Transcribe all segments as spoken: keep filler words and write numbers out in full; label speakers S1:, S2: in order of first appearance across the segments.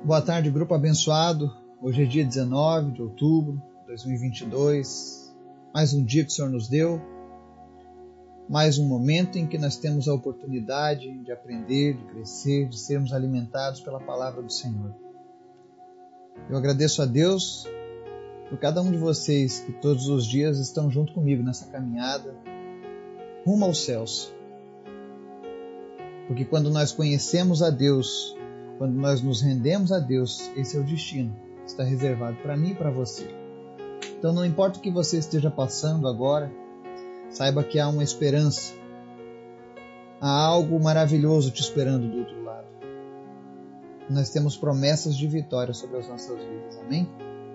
S1: Boa tarde, grupo abençoado. Hoje é dia dezenove de outubro de dois mil e vinte e dois. Mais um dia que o Senhor nos deu. Mais um momento em que nós temos a oportunidade de aprender, de crescer, de sermos alimentados pela palavra do Senhor. Eu agradeço a Deus por cada um de vocês que todos os dias estão junto comigo nessa caminhada rumo aos céus. Porque quando nós conhecemos a Deus, quando nós nos rendemos a Deus, esse é o destino. Está reservado para mim e para você. Então não importa o que você esteja passando agora, saiba que há uma esperança. Há algo maravilhoso te esperando do outro lado. Nós temos promessas de vitória sobre as nossas vidas. Amém?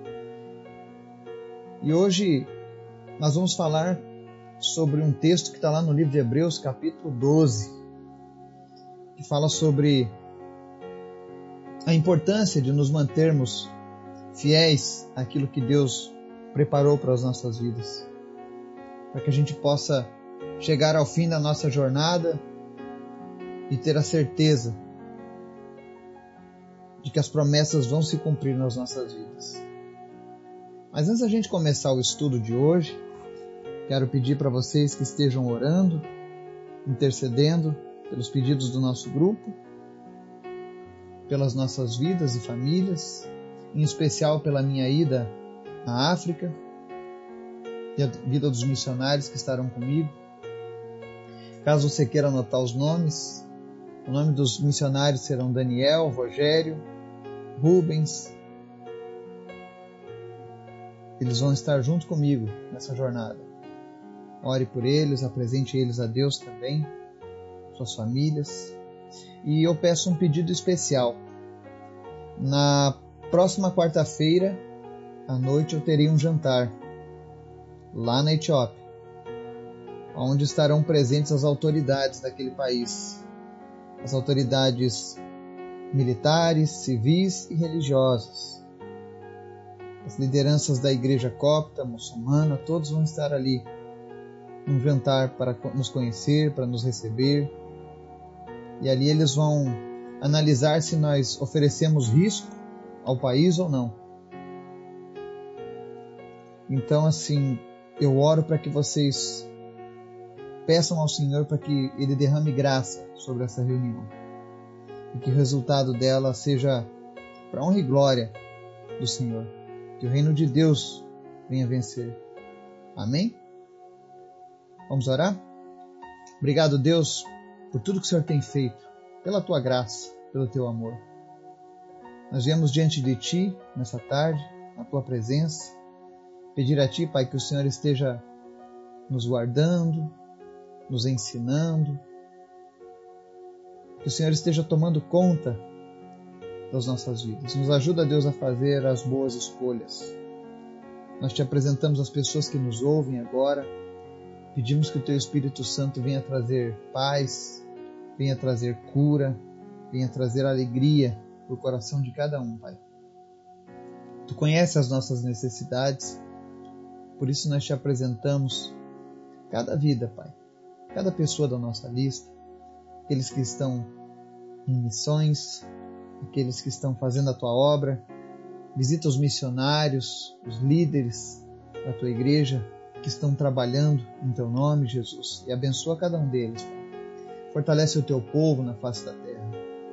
S1: E hoje nós vamos falar sobre um texto que está lá no livro de Hebreus, capítulo doze, que fala sobre a importância de nos mantermos fiéis àquilo que Deus preparou para as nossas vidas, para que a gente possa chegar ao fim da nossa jornada e ter a certeza de que as promessas vão se cumprir nas nossas vidas. Mas antes da gente começar o estudo de hoje, quero pedir para vocês que estejam orando, intercedendo pelos pedidos do nosso grupo, pelas nossas vidas e famílias, em especial pela minha ida à África e a vida dos missionários que estarão comigo. Caso você queira anotar os nomes, o nome dos missionários serão Daniel, Rogério, Rubens. Eles vão estar junto comigo nessa jornada. Ore por eles, apresente eles a Deus também, suas famílias. E eu peço um pedido especial. Na próxima quarta-feira, à noite, eu terei um jantar lá na Etiópia, onde estarão presentes as autoridades daquele país, as autoridades militares, civis e religiosas, as lideranças da igreja copta, muçulmana, todos vão estar ali num jantar para nos conhecer, para nos receber. E ali eles vão analisar se nós oferecemos risco ao país ou não. Então, assim, eu oro para que vocês peçam ao Senhor para que Ele derrame graça sobre essa reunião. E que o resultado dela seja para a honra e glória do Senhor. Que o reino de Deus venha vencer. Amém? Vamos orar? Obrigado, Deus, por tudo que o Senhor tem feito, pela Tua graça, pelo Teu amor. Nós viemos diante de Ti, nessa tarde, na Tua presença, pedir a Ti, Pai, que o Senhor esteja nos guardando, nos ensinando, que o Senhor esteja tomando conta das nossas vidas. Nos ajuda, Deus, a fazer as boas escolhas. Nós Te apresentamos as pessoas que nos ouvem agora. Pedimos que o Teu Espírito Santo venha trazer paz, venha trazer cura, venha trazer alegria para o coração de cada um, Pai. Tu conheces as nossas necessidades, por isso nós Te apresentamos cada vida, Pai, cada pessoa da nossa lista, aqueles que estão em missões, aqueles que estão fazendo a Tua obra. Visita os missionários, os líderes da Tua igreja, que estão trabalhando em Teu nome, Jesus, e abençoa cada um deles, Pai. Fortalece o Teu povo na face da terra.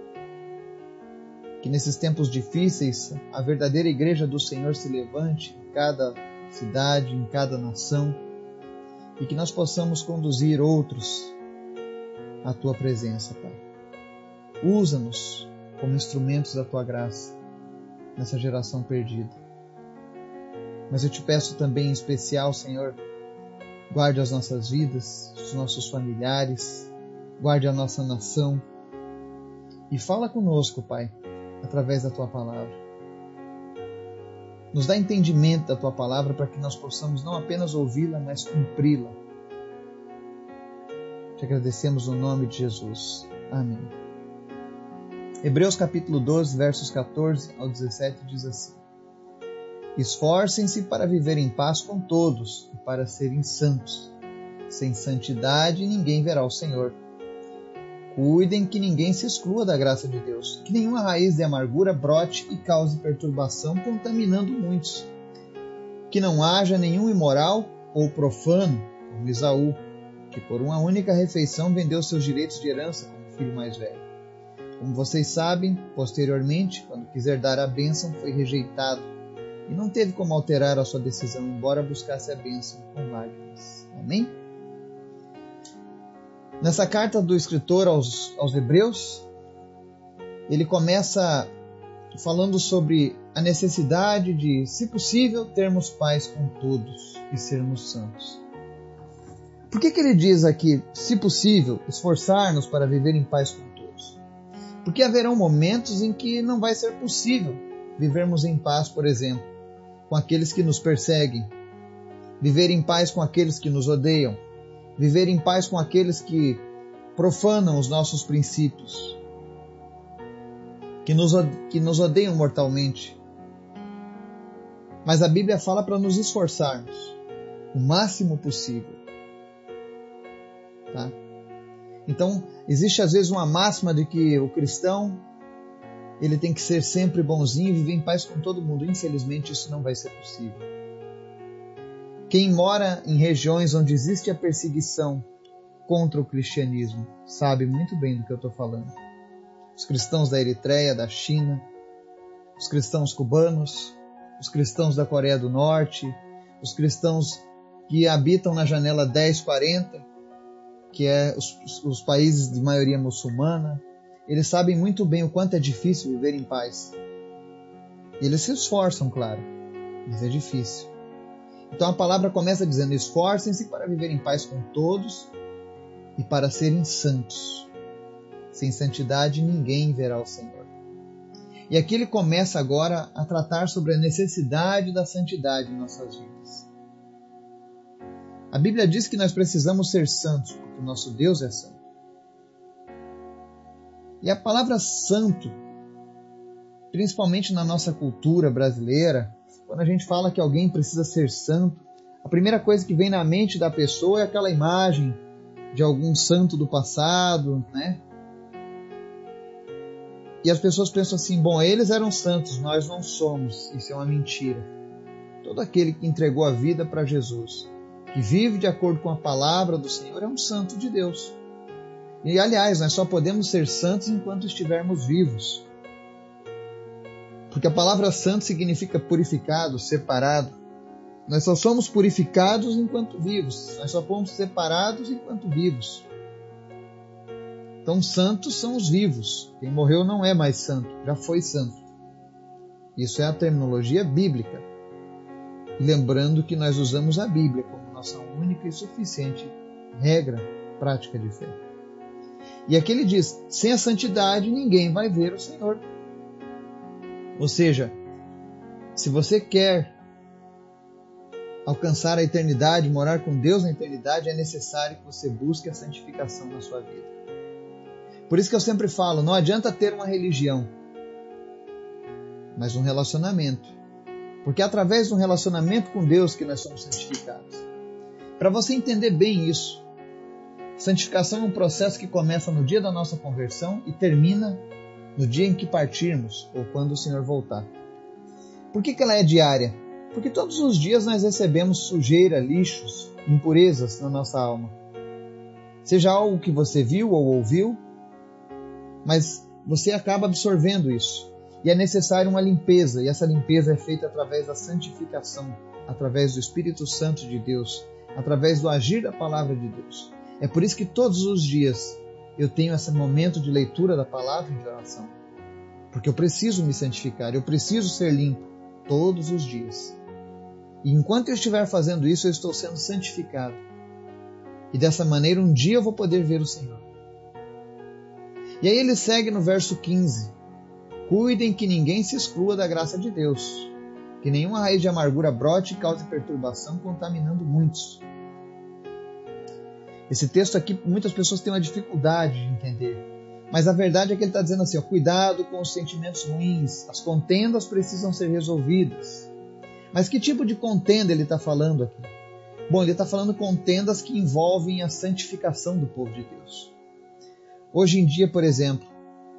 S1: Que nesses tempos difíceis, a verdadeira igreja do Senhor se levante em cada cidade, em cada nação, e que nós possamos conduzir outros à Tua presença, Pai. Usa-nos como instrumentos da Tua graça nessa geração perdida. Mas eu Te peço também em especial, Senhor, guarde as nossas vidas, os nossos familiares, guarde a nossa nação e fala conosco, Pai, através da Tua palavra. Nos dá entendimento da Tua palavra para que nós possamos não apenas ouvi-la, mas cumpri-la. Te agradecemos no nome de Jesus. Amém. Hebreus capítulo doze, versos catorze ao dezessete diz assim: Esforcem-se para viver em paz com todos e para serem santos. Sem santidade ninguém verá o Senhor. Cuidem que ninguém se exclua da graça de Deus, que nenhuma raiz de amargura brote e cause perturbação, contaminando muitos. Que não haja nenhum imoral ou profano, como Esaú, que por uma única refeição vendeu seus direitos de herança como filho mais velho. Como vocês sabem, posteriormente, quando quiser dar a bênção, foi rejeitado e não teve como alterar a sua decisão, embora buscasse a bênção com lágrimas. Amém? Nessa carta do escritor aos, aos Hebreus, ele começa falando sobre a necessidade de, se possível, termos paz com todos e sermos santos. Por que que ele diz aqui, se possível, esforçar-nos para viver em paz com todos? Porque haverão momentos em que não vai ser possível vivermos em paz, por exemplo, com aqueles que nos perseguem, viver em paz com aqueles que nos odeiam, viver em paz com aqueles que profanam os nossos princípios, que nos, que nos odeiam mortalmente. Mas a Bíblia fala para nos esforçarmos o máximo possível. Tá? Então, existe às vezes uma máxima de que o cristão ele tem que ser sempre bonzinho e viver em paz com todo mundo. Infelizmente, isso não vai ser possível. Quem mora em regiões onde existe a perseguição contra o cristianismo sabe muito bem do que eu estou falando. Os cristãos da Eritreia, da China, os cristãos cubanos, os cristãos da Coreia do Norte, os cristãos que habitam na janela dez quarenta, que é os, os países de maioria muçulmana, eles sabem muito bem o quanto é difícil viver em paz. E eles se esforçam, claro, mas é difícil. Então a palavra começa dizendo, esforcem-se para viver em paz com todos e para serem santos. Sem santidade ninguém verá o Senhor. E aqui ele começa agora a tratar sobre a necessidade da santidade em nossas vidas. A Bíblia diz que nós precisamos ser santos, porque o nosso Deus é santo. E a palavra santo, principalmente na nossa cultura brasileira, quando a gente fala que alguém precisa ser santo, a primeira coisa que vem na mente da pessoa é aquela imagem de algum santo do passado, né? E as pessoas pensam assim, bom, eles eram santos, nós não somos. Isso é uma mentira. Todo aquele que entregou a vida para Jesus, que vive de acordo com a palavra do Senhor, é um santo de Deus. E, aliás, nós só podemos ser santos enquanto estivermos vivos. Porque a palavra santo significa purificado, separado. Nós só somos purificados enquanto vivos. Nós só fomos separados enquanto vivos. Então, santos são os vivos. Quem morreu não é mais santo, já foi santo. Isso é a terminologia bíblica. Lembrando que nós usamos a Bíblia como nossa única e suficiente regra prática de fé. E aqui ele diz, sem a santidade ninguém vai ver o Senhor. Ou seja, se você quer alcançar a eternidade, morar com Deus na eternidade, é necessário que você busque a santificação na sua vida. Por isso que eu sempre falo, não adianta ter uma religião, mas um relacionamento. Porque é através de um relacionamento com Deus que nós somos santificados. Para você entender bem isso, santificação é um processo que começa no dia da nossa conversão e termina no dia em que partirmos ou quando o Senhor voltar. Por que que ela é diária? Porque todos os dias nós recebemos sujeira, lixos, impurezas na nossa alma. Seja algo que você viu ou ouviu, mas você acaba absorvendo isso. E é necessário uma limpeza, e essa limpeza é feita através da santificação, através do Espírito Santo de Deus, através do agir da palavra de Deus. É por isso que todos os dias eu tenho esse momento de leitura da palavra e de oração. Porque eu preciso me santificar, eu preciso ser limpo todos os dias. E enquanto eu estiver fazendo isso, eu estou sendo santificado. E dessa maneira, um dia eu vou poder ver o Senhor. E aí ele segue no verso quinze. Cuidem que ninguém se exclua da graça de Deus, que nenhuma raiz de amargura brote e cause perturbação, contaminando muitos. Esse texto aqui, muitas pessoas têm uma dificuldade de entender. Mas a verdade é que ele está dizendo assim, ó, cuidado com os sentimentos ruins, as contendas precisam ser resolvidas. Mas que tipo de contenda ele está falando aqui? Bom, ele está falando contendas que envolvem a santificação do povo de Deus. Hoje em dia, por exemplo,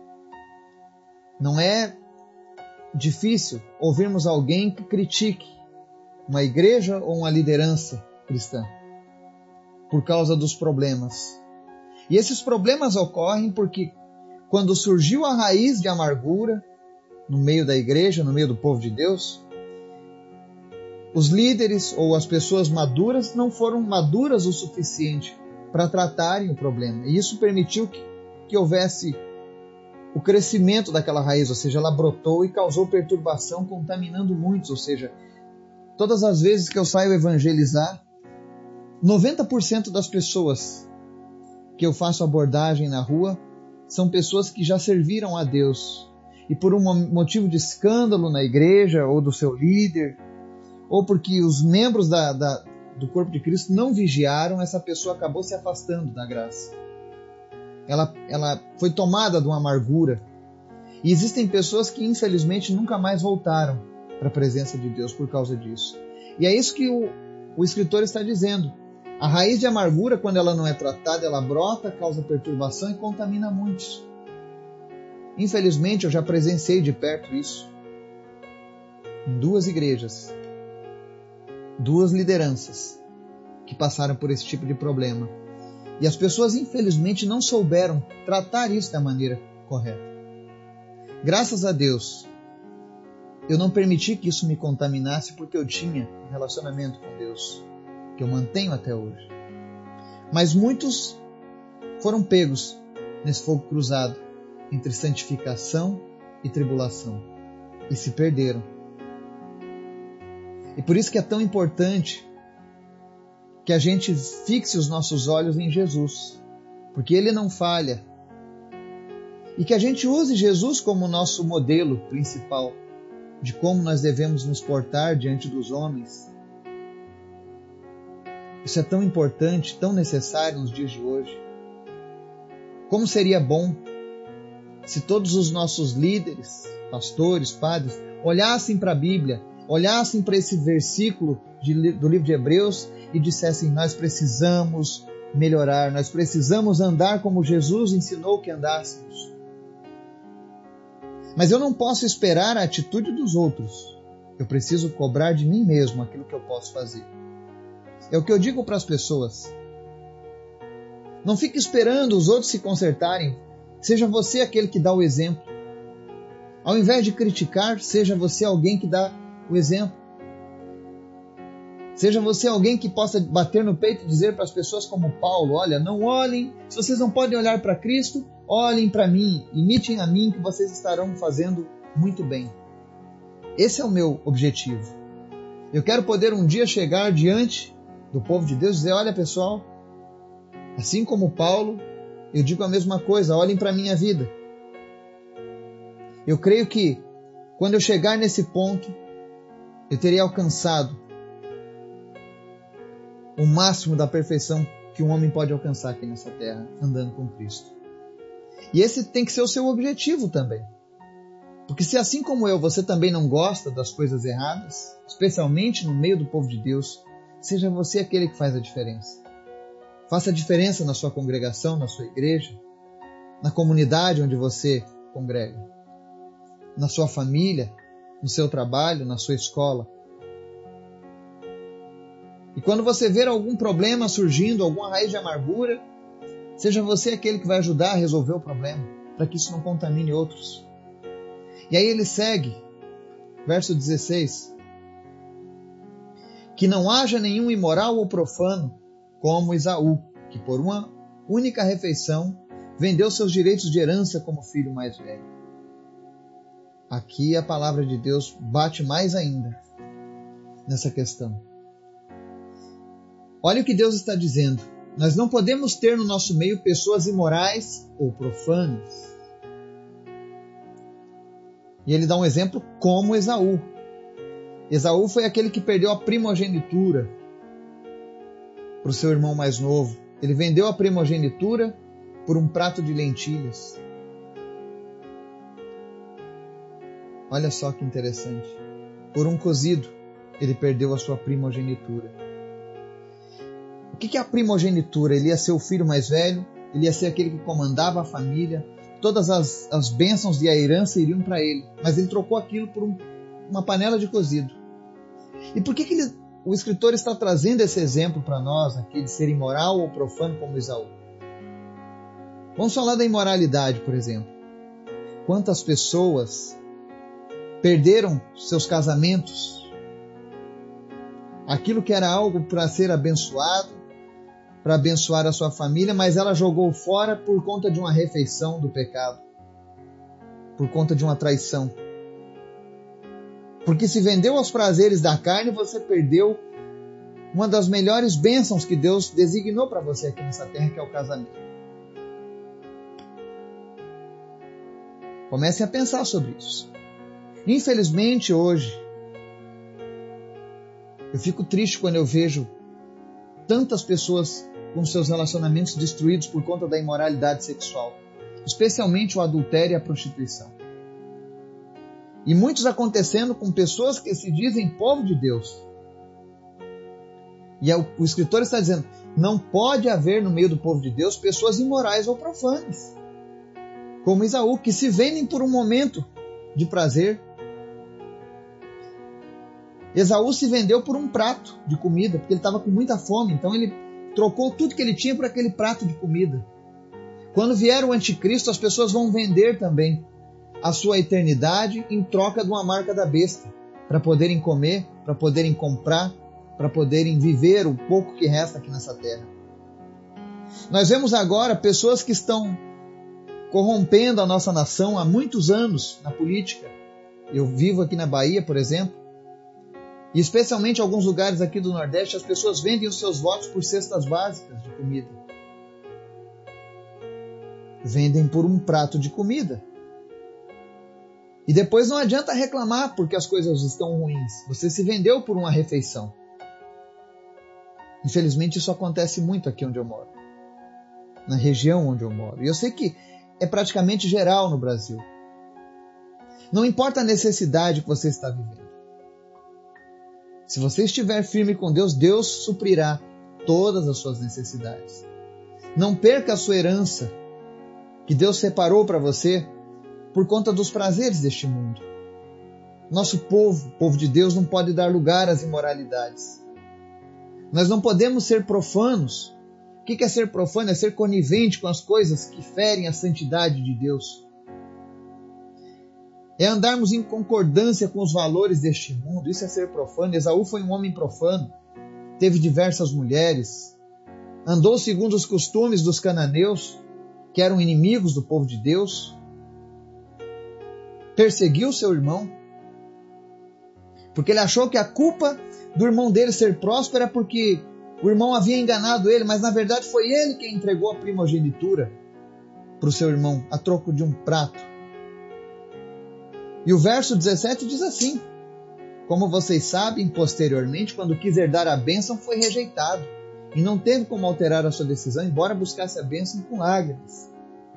S1: não é difícil ouvirmos alguém que critique uma igreja ou uma liderança cristã por causa dos problemas. E esses problemas ocorrem porque quando surgiu a raiz de amargura no meio da igreja, no meio do povo de Deus, os líderes ou as pessoas maduras não foram maduras o suficiente para tratarem o problema. E isso permitiu que, que houvesse o crescimento daquela raiz, ou seja, ela brotou e causou perturbação, contaminando muitos. Ou seja, todas as vezes que eu saio evangelizar, noventa por cento das pessoas que eu faço abordagem na rua são pessoas que já serviram a Deus. E por um motivo de escândalo na igreja ou do seu líder, ou porque os membros da, da, do corpo de Cristo não vigiaram, essa pessoa acabou se afastando da graça. Ela, ela foi tomada de uma amargura. E existem pessoas que infelizmente nunca mais voltaram para a presença de Deus por causa disso. E é isso que o, o escritor está dizendo. A raiz de amargura, quando ela não é tratada, ela brota, causa perturbação e contamina muitos. Infelizmente, eu já presenciei de perto isso. Em duas igrejas, duas lideranças que passaram por esse tipo de problema. E as pessoas, infelizmente, não souberam tratar isso da maneira correta. Graças a Deus, eu não permiti que isso me contaminasse porque eu tinha um relacionamento com Deus, que eu mantenho até hoje. Mas muitos foram pegos nesse fogo cruzado entre santificação e tribulação e se perderam. E por isso que é tão importante que a gente fixe os nossos olhos em Jesus, porque Ele não falha. E que a gente use Jesus como nosso modelo principal de como nós devemos nos portar diante dos homens. Isso é tão importante, tão necessário nos dias de hoje. Como seria bom se todos os nossos líderes, pastores, padres, olhassem para a Bíblia, olhassem para esse versículo de, do livro de Hebreus e dissessem: nós precisamos melhorar, nós precisamos andar como Jesus ensinou que andássemos. Mas eu não posso esperar a atitude dos outros. Eu preciso cobrar de mim mesmo aquilo que eu posso fazer. É o que eu digo para as pessoas. Não fique esperando os outros se consertarem. Seja você aquele que dá o exemplo. Ao invés de criticar, seja você alguém que dá o exemplo. Seja você alguém que possa bater no peito e dizer para as pessoas como Paulo: olha, não olhem, se vocês não podem olhar para Cristo, olhem para mim, imitem a mim que vocês estarão fazendo muito bem. Esse é o meu objetivo. Eu quero poder um dia chegar diante do povo de Deus e dizer: olha pessoal, assim como Paulo, eu digo a mesma coisa, olhem para a minha vida. Eu creio que quando eu chegar nesse ponto, eu terei alcançado o máximo da perfeição que um homem pode alcançar aqui nessa terra, andando com Cristo. E esse tem que ser o seu objetivo também. Porque se assim como eu, você também não gosta das coisas erradas, especialmente no meio do povo de Deus, seja você aquele que faz a diferença. Faça a diferença na sua congregação, na sua igreja, na comunidade onde você congrega, na sua família, no seu trabalho, na sua escola. E quando você ver algum problema surgindo, alguma raiz de amargura, seja você aquele que vai ajudar a resolver o problema, para que isso não contamine outros. E aí ele segue, verso dezesseis. Que não haja nenhum imoral ou profano, como Esaú, que por uma única refeição vendeu seus direitos de herança como filho mais velho. Aqui a palavra de Deus bate mais ainda nessa questão. Olha o que Deus está dizendo. Nós não podemos ter no nosso meio pessoas imorais ou profanas. E ele dá um exemplo como Esaú. Esaú foi aquele que perdeu a primogenitura para o seu irmão mais novo. Ele vendeu a primogenitura por um prato de lentilhas. Olha só que interessante. Por um cozido, ele perdeu a sua primogenitura. O que é a primogenitura? Ele ia ser o filho mais velho, ele ia ser aquele que comandava a família, todas as, as bênçãos e a herança iriam para ele, mas ele trocou aquilo por um, uma panela de cozido. E por que, que ele, o escritor está trazendo esse exemplo para nós, aqui, de ser imoral ou profano como Esaú? Vamos falar da imoralidade, por exemplo. Quantas pessoas perderam seus casamentos, aquilo que era algo para ser abençoado, para abençoar a sua família, mas ela jogou fora por conta de uma refeição do pecado, por conta de uma traição. Porque se vendeu aos prazeres da carne, você perdeu uma das melhores bênçãos que Deus designou para você aqui nessa terra, que é o casamento. Comecem a pensar sobre isso. Infelizmente, hoje, eu fico triste quando eu vejo tantas pessoas com seus relacionamentos destruídos por conta da imoralidade sexual, especialmente o adultério e a prostituição. E muitos acontecendo com pessoas que se dizem povo de Deus. E o escritor está dizendo, não pode haver no meio do povo de Deus pessoas imorais ou profanas, como Esaú, que se vendem por um momento de prazer. Esaú se vendeu por um prato de comida, porque ele estava com muita fome, então ele trocou tudo que ele tinha por aquele prato de comida. Quando vier o anticristo, as pessoas vão vender também a sua eternidade em troca de uma marca da besta, para poderem comer, para poderem comprar, para poderem viver o pouco que resta aqui nessa terra. Nós vemos agora pessoas que estão corrompendo a nossa nação há muitos anos na política. Eu vivo aqui na Bahia, por exemplo, e especialmente em alguns lugares aqui do Nordeste, as pessoas vendem os seus votos por cestas básicas de comida. Vendem por um prato de comida. E depois não adianta reclamar porque as coisas estão ruins. Você se vendeu por uma refeição. Infelizmente isso acontece muito aqui onde eu moro, na região onde eu moro. E eu sei que é praticamente geral no Brasil. Não importa a necessidade que você está vivendo. Se você estiver firme com Deus, Deus suprirá todas as suas necessidades. Não perca a sua herança que Deus separou para você por conta dos prazeres deste mundo. Nosso povo, o povo de Deus, não pode dar lugar às imoralidades. Nós não podemos ser profanos. O que é ser profano? É ser conivente com as coisas que ferem a santidade de Deus. É andarmos em concordância com os valores deste mundo. Isso é ser profano. Esaú foi um homem profano. Teve diversas mulheres. Andou segundo os costumes dos cananeus, que eram inimigos do povo de Deus. Perseguiu seu irmão, porque ele achou que a culpa do irmão dele ser próspero era porque o irmão havia enganado ele, mas na verdade foi ele quem entregou a primogenitura para o seu irmão, a troco de um prato. E o verso dezessete diz assim: como vocês sabem, posteriormente, quando quis herdar a bênção, foi rejeitado, e não teve como alterar a sua decisão, embora buscasse a bênção com lágrimas.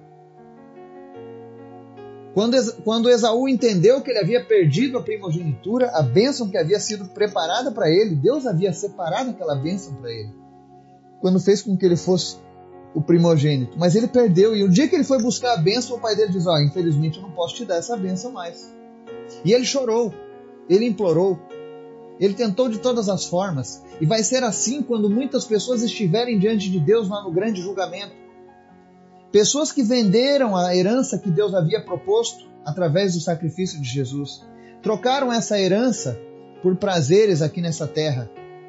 S1: Quando, quando Esaú entendeu que ele havia perdido a primogenitura, a bênção que havia sido preparada para ele, Deus havia separado aquela bênção para ele, quando fez com que ele fosse o primogênito. Mas ele perdeu, e o dia que ele foi buscar a bênção, o pai dele diz, ó, oh, infelizmente eu não posso te dar essa bênção mais. E ele chorou, ele implorou, ele tentou de todas as formas, e vai ser assim quando muitas pessoas estiverem diante de Deus lá no grande julgamento. Pessoas que venderam a herança que Deus havia proposto através do sacrifício de Jesus. Trocaram essa herança por prazeres aqui nessa terra.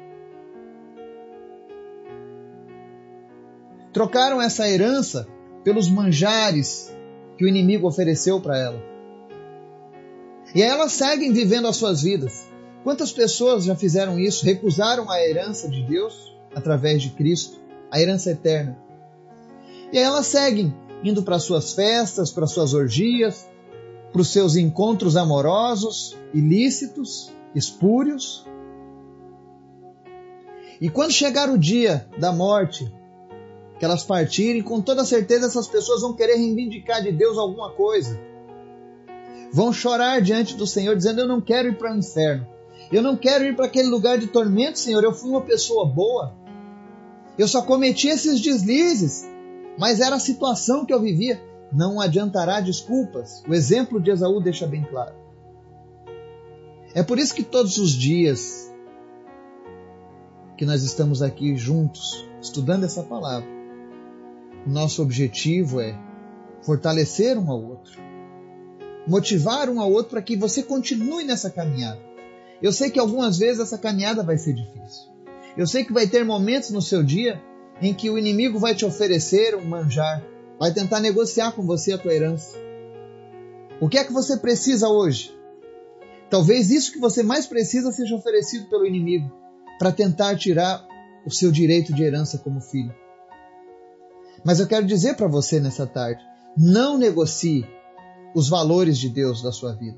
S1: Trocaram essa herança pelos manjares que o inimigo ofereceu para ela. E aí elas seguem vivendo as suas vidas. Quantas pessoas já fizeram isso? Recusaram a herança de Deus através de Cristo, a herança eterna. E aí elas seguem, indo para suas festas, para suas orgias, para os seus encontros amorosos, ilícitos, espúrios. E quando chegar o dia da morte, que elas partirem, com toda certeza essas pessoas vão querer reivindicar de Deus alguma coisa. Vão chorar diante do Senhor, dizendo, eu não quero ir para o inferno. Eu não quero ir para aquele lugar de tormento, Senhor. Eu fui uma pessoa boa. Eu só cometi esses deslizes. mas era a situação que eu vivia. Não adiantará desculpas. O exemplo de Esaú deixa bem claro. É por isso que todos os dias que nós estamos aqui juntos, estudando essa palavra, o nosso objetivo é fortalecer um ao outro, motivar um ao outro para que você continue nessa caminhada. Eu sei que algumas vezes essa caminhada vai ser difícil. Eu sei que vai ter momentos no seu dia em que o inimigo vai te oferecer um manjar, vai tentar negociar com você a tua herança. O que é que você precisa hoje? Talvez isso que você mais precisa seja oferecido pelo inimigo para tentar tirar o seu direito de herança como filho. Mas eu quero dizer para você nessa tarde, não negocie os valores de Deus da sua vida.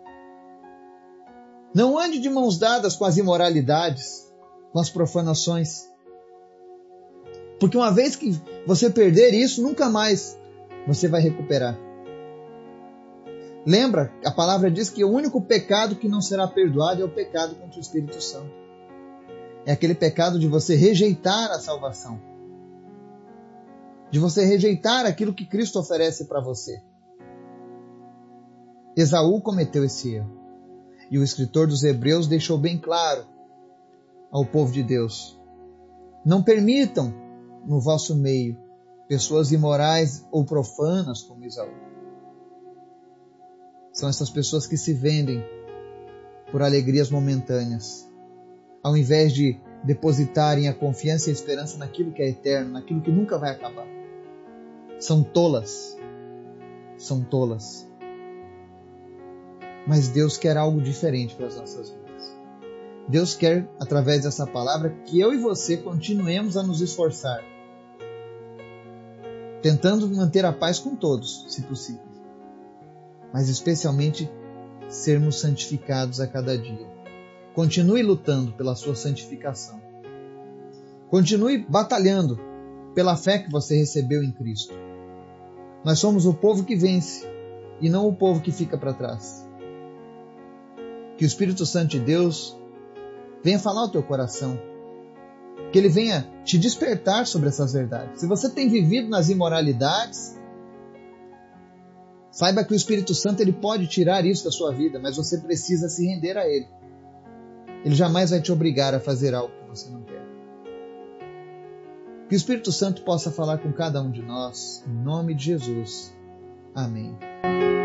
S1: Não ande de mãos dadas com as imoralidades, com as profanações. Porque uma vez que você perder isso, nunca mais você vai recuperar. Lembra, a palavra diz que o único pecado que não será perdoado é o pecado contra o Espírito Santo. É aquele pecado de você rejeitar a salvação. De você rejeitar aquilo que Cristo oferece para você. Esaú cometeu esse erro. E o escritor dos Hebreus deixou bem claro ao povo de Deus: não permitam no vosso meio pessoas imorais ou profanas como Esaú. São essas pessoas que se vendem por alegrias momentâneas, ao invés de depositarem a confiança e a esperança naquilo que é eterno, naquilo que nunca vai acabar. São tolas. São tolas. Mas Deus quer algo diferente para as nossas vidas. Deus quer, através dessa palavra, que eu e você continuemos a nos esforçar, tentando manter a paz com todos, se possível, mas especialmente sermos santificados a cada dia. Continue lutando pela sua santificação. Continue batalhando pela fé que você recebeu em Cristo. Nós somos o povo que vence e não o povo que fica para trás. Que o Espírito Santo de Deus venha falar ao teu coração. Que Ele venha te despertar sobre essas verdades. Se você tem vivido nas imoralidades, saiba que o Espírito Santo ele pode tirar isso da sua vida, mas você precisa se render a Ele. Ele jamais vai te obrigar a fazer algo que você não quer. Que o Espírito Santo possa falar com cada um de nós, em nome de Jesus. Amém.